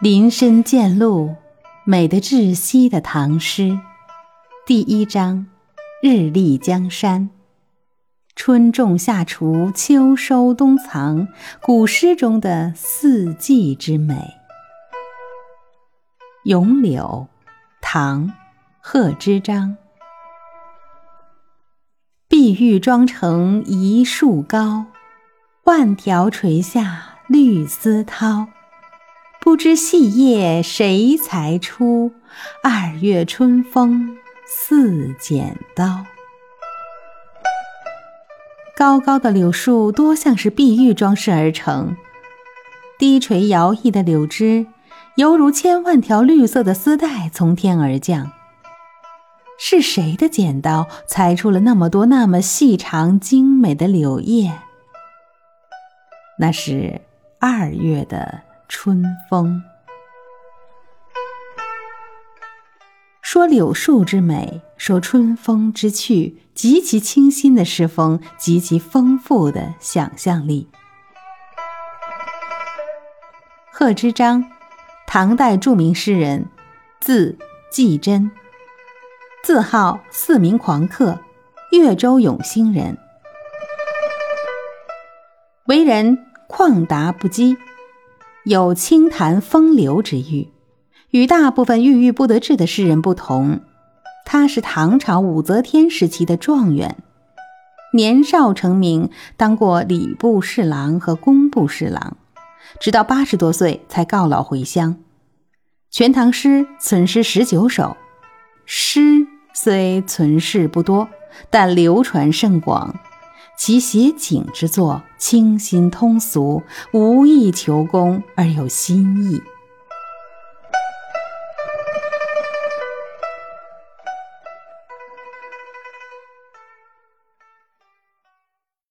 林深见鹿，美得窒息的唐诗。第1章，日丽江山。春种夏锄，秋收冬藏，古诗中的四季之美。咏柳，唐，贺知章。碧玉妆成一树高，万条垂下绿丝绦。不知细叶谁裁出，2月春风似剪刀。高高的柳树多像是碧玉装饰而成，低垂摇曳的柳枝犹如千万条绿色的丝带从天而降。是谁的剪刀裁出了那么多那么细长精美的柳叶？那是2月的春风。说柳树之美，说春风之趣，极其清新的诗风，极其丰富的想象力。贺知章，唐代著名诗人，字季真，自号4名狂客，越州永兴人。为人旷达不羁，有清谈风流之誉，与大部分郁郁不得志的诗人不同，他是唐朝武则天时期的状元，年少成名，当过礼部侍郎和工部侍郎，直到80多岁才告老回乡。全唐诗存诗19首，诗虽存世不多，但流传甚广。其写景之作清新通俗，无意求工而有新意。